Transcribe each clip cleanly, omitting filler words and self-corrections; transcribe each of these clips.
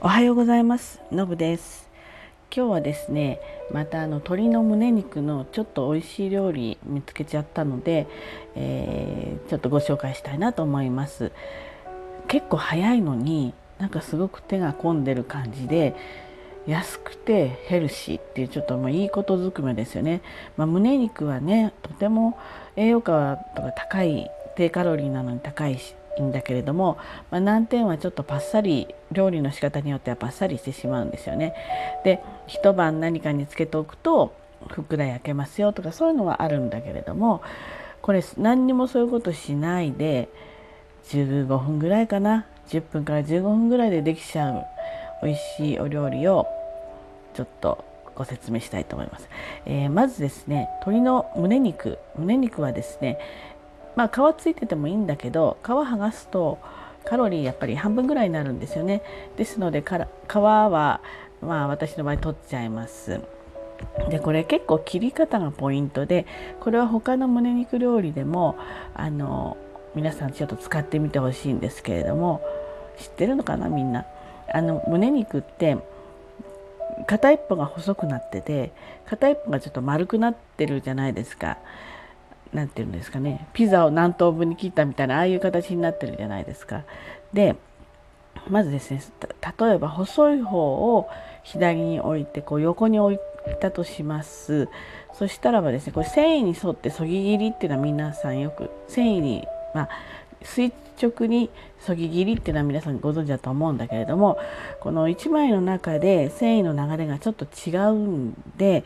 おはようございます。のぶです。今日はですね、また鶏の胸肉のちょっと美味しい料理見つけちゃったので、ちょっとご紹介したいなと思います。結構早いのになんかすごく手が込んでる感じで、安くてヘルシーっていうちょっともういいことずくめですよね。胸肉はね、とても栄養価とか高い、低カロリーなのに高いんだけれども、難点はちょっとパッサリ、料理の仕方によってはパッサリしてしまうんですよね。で、一晩何かにつけておくとふっくら焼けますよとか、そういうのはあるんだけれども、これ何にもそういうことしないで15分ぐらいかな、10分から15分ぐらいでできちゃう美味しいお料理をちょっとご説明したいと思います。まずですね、鶏の胸肉はですね、皮ついててもいいんだけど、皮剥がすとカロリーやっぱり半分ぐらいになるんですよね。ですので皮は私の場合取っちゃいます。でこれ結構切り方がポイントで、これは他の胸肉料理でも皆さんちょっと使ってみてほしいんですけれども、知ってるのかなみんな。胸肉って片一方が細くなってて、片一方がちょっと丸くなってるじゃないですか。なんていうんですかね、ピザを何等分に切ったみたいな、ああいう形になってるじゃないですか。でまずですね、例えば細い方を左に置いてこう横に置いたとします。そしたらばですね、これ繊維に沿ってそぎ切りっていうのは皆さんよく繊維に、垂直にそぎ切りっていうのは皆さんご存知だと思うんだけれども、この1枚の中で繊維の流れがちょっと違うんで、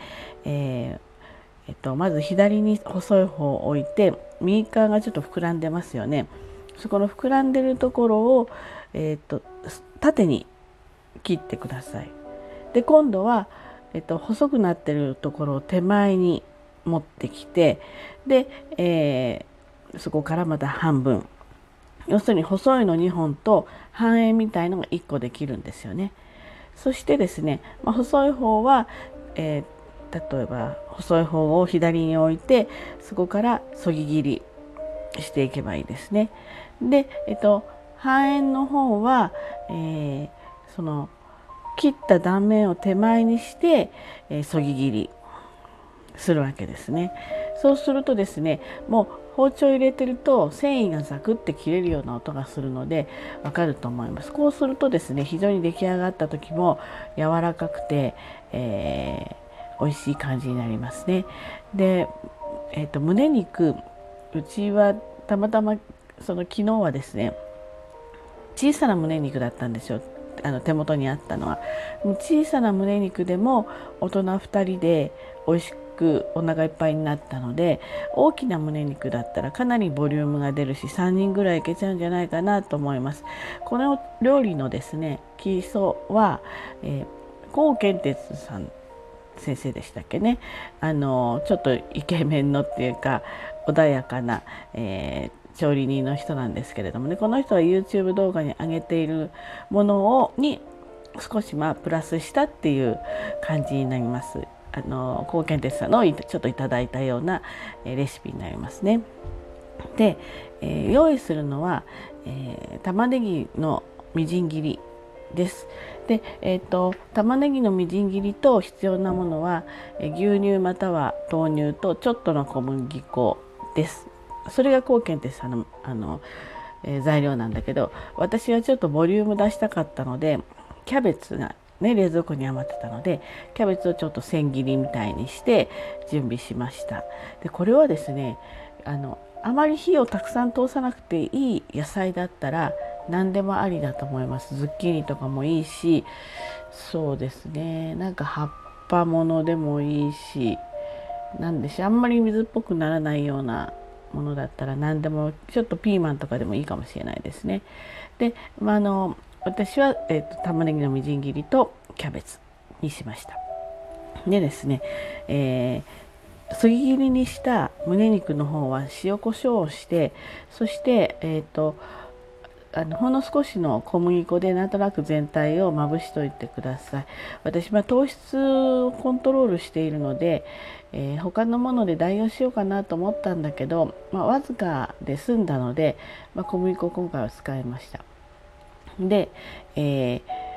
まず左に細い方を置いて、右側がちょっと膨らんでますよね。そこの膨らんでるところを、縦に切ってください。で今度は、細くなってるところを手前に持ってきて、で、そこからまた半分、要するに細いの2本と半円みたいのが1個できるんですよね。そしてですね、細い方は、例えば細い方を左に置いて、そこからそぎ切りしていけばいいですね。で、半円の方は、その切った断面を手前にして、そぎ切りするわけですね。そうするとですね、もう包丁入れてると繊維がザクって切れるような音がするのでわかると思います。こうするとですね、非常に出来上がった時も柔らかくて、美味しい感じになりますね。で、胸肉、うちはたまたま昨日はですね、小さな胸肉だったんですよ。手元にあったのは小さな胸肉でも大人2人で美味しくお腹いっぱいになったので、大きな胸肉だったらかなりボリュームが出るし、3人ぐらいいけちゃうんじゃないかなと思います。この料理のですね、基礎は、高健哲さん先生でしたっけね。ちょっとイケメンのっていうか穏やかな、調理人の人なんですけれどもね、この人は YouTube 動画に上げているものに少しプラスしたっていう感じになります。高健哲さんのちょっといただいたようなレシピになりますね。で、用意するのは、玉ねぎのみじん切りです。で、玉ねぎのみじん切りと必要なものは、牛乳または豆乳とちょっとの小麦粉です。それが高健って材料なんだけど、私はちょっとボリューム出したかったので、キャベツがね、冷蔵庫に余ってたのでキャベツをちょっと千切りみたいにして準備しました。でこれはですね、あまり火をたくさん通さなくていい野菜だったら何でもありだと思います。ズッキーニとかもいいし、そうですね、なんか葉っぱものでもいいし、なんでしょう、あんまり水っぽくならないようなものだったら何でも、ちょっとピーマンとかでもいいかもしれないですね。で、私は、玉ねぎのみじん切りとキャベツにしました。でですね、そぎ切りにした胸肉の方は塩コショウをして、そして、ほんの少しの小麦粉でなんとなく全体をまぶしといてください。私は糖質をコントロールしているので、他のもので代用しようかなと思ったんだけど、わずかで済んだので、小麦粉を今回は使いました。で、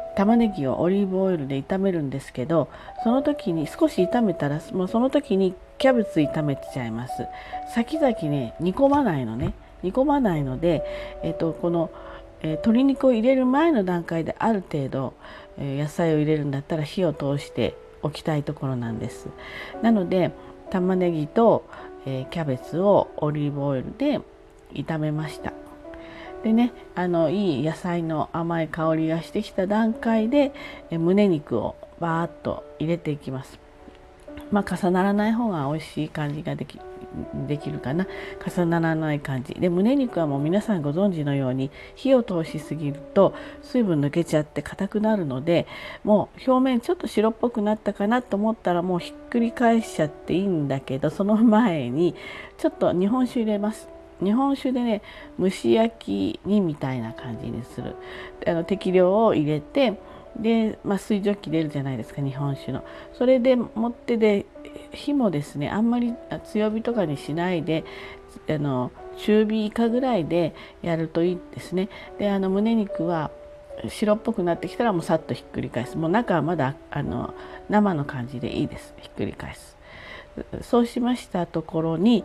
玉ねぎをオリーブオイルで炒めるんですけど、その時に少し炒めたらもうその時にキャベツ炒めちゃいます。先々ね煮込まないので、この、鶏肉を入れる前の段階である程度、野菜を入れるんだったら火を通しておきたいところなんです。なので玉ねぎと、キャベツをオリーブオイルで炒めました。でね、いい野菜の甘い香りがしてきた段階で胸肉をバーッと入れていきます。重ならない方が美味しい感じができるかな。重ならない感じで、胸肉はもう皆さんご存知のように火を通しすぎると水分抜けちゃって硬くなるので、もう表面ちょっと白っぽくなったかなと思ったらもうひっくり返しちゃっていいんだけど、その前にちょっと日本酒入れます。日本酒でね、蒸し焼きにみたいな感じにする。適量を入れて、で、水蒸気出るじゃないですか、日本酒の。それで持ってで、火もですねあんまり強火とかにしないで、中火以下ぐらいでやるといいですね。で、胸肉は白っぽくなってきたらもうさっとひっくり返す。もう中はまだ生の感じでいいです。ひっくり返す。そうしましたところに、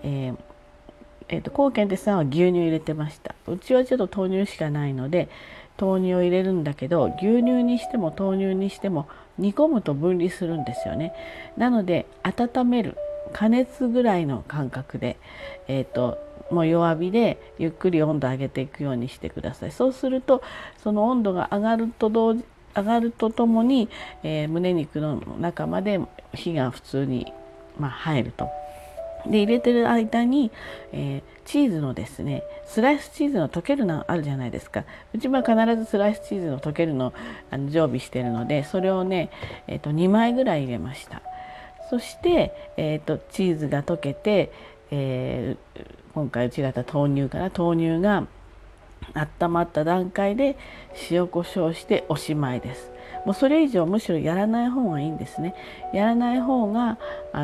コウケンテさんは牛乳入れてました。うちはちょっと豆乳しかないので豆乳を入れるんだけど、牛乳にしても豆乳にしても煮込むと分離するんですよね。なので温める加熱ぐらいの感覚で、もう弱火でゆっくり温度上げていくようにしてください。そうするとその温度が上がるとともに、胸肉の中まで火が普通に、入ると。で入れてる間に、チーズのですねスライスチーズの溶けるのあるじゃないですか。うちは必ずスライスチーズの溶けるの常備してるので、それをね、2枚ぐらい入れました。そして、チーズが溶けて、今回うちがやった豆乳が温まった段階で塩コショウしておしまいです。もうそれ以上むしろやらない方がいいんですね。やらない方が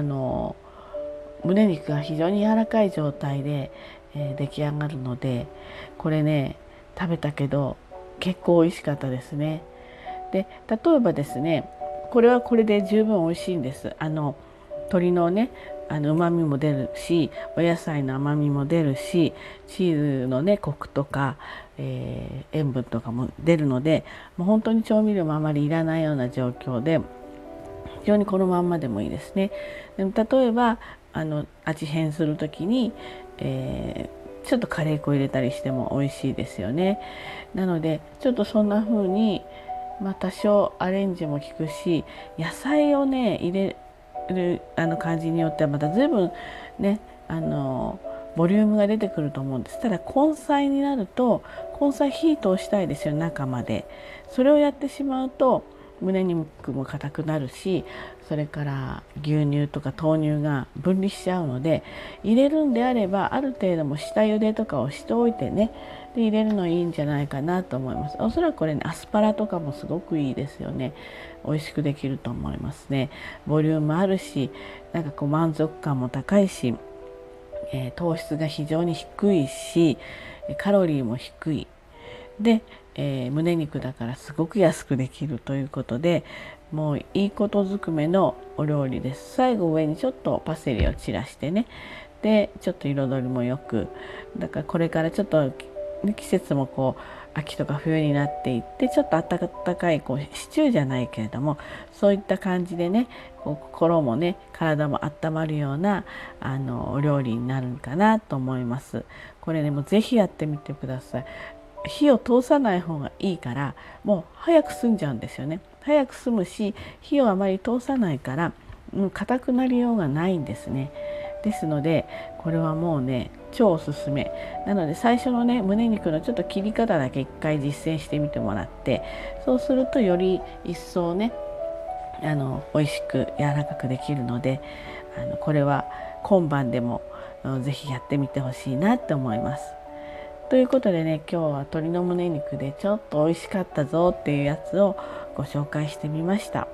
胸肉が非常に柔らかい状態で、出来上がるので、これね食べたけど結構美味しかったですね。で例えばですね、これはこれで十分美味しいんです。鶏のね旨味も出るし、お野菜の甘みも出るし、チーズのねコクとか、塩分とかも出るので、もう本当に調味料もあまりいらないような状況で非常にこのまんまでもいいですね。でも例えば味変する時に、ちょっとカレー粉入れたりしても美味しいですよね。なのでちょっとそんな風に、多少アレンジも効くし、野菜をね入れる感じによってはまた随分ねボリュームが出てくると思うんです。ただ根菜になると根菜火通したいですよ、中まで。それをやってしまうと胸肉も硬くなるし、それから牛乳とか豆乳が分離しちゃうので、入れるんであればある程度も下茹でとかをしておいてね、で入れるのいいんじゃないかなと思います。おそらくこれねアスパラとかもすごくいいですよね。美味しくできると思いますね。ボリュームあるし、なんかこう満足感も高いし、糖質が非常に低いしカロリーも低いで、胸肉だからすごく安くできるということで、もういいことずくめのお料理です。最後上にちょっとパセリを散らしてね、でちょっと彩りもよく、だからこれからちょっと季節もこう秋とか冬になっていって、ちょっと暖かいこうシチューじゃないけれども、そういった感じでね、こう心もね体も温まるようなお料理になるかなと思います。これねもうぜひやってみてください。火を通さない方がいいから、もう早く済んじゃうんですよね。早く済むし、火をあまり通さないから硬くなりようがないんですね。ですのでこれはもうね超おすすめなので、最初のね胸肉のちょっと切り方だけ一回実践してみてもらって、そうするとより一層ね美味しく柔らかくできるので、これは今晩でもぜひやってみてほしいなって思います。ということでね、今日は鶏の胸肉でちょっと美味しかったぞっていうやつをご紹介してみました。はい。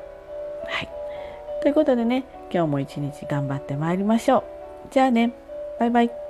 ということでね、今日も一日頑張ってまいりましょう。じゃあね、バイバイ。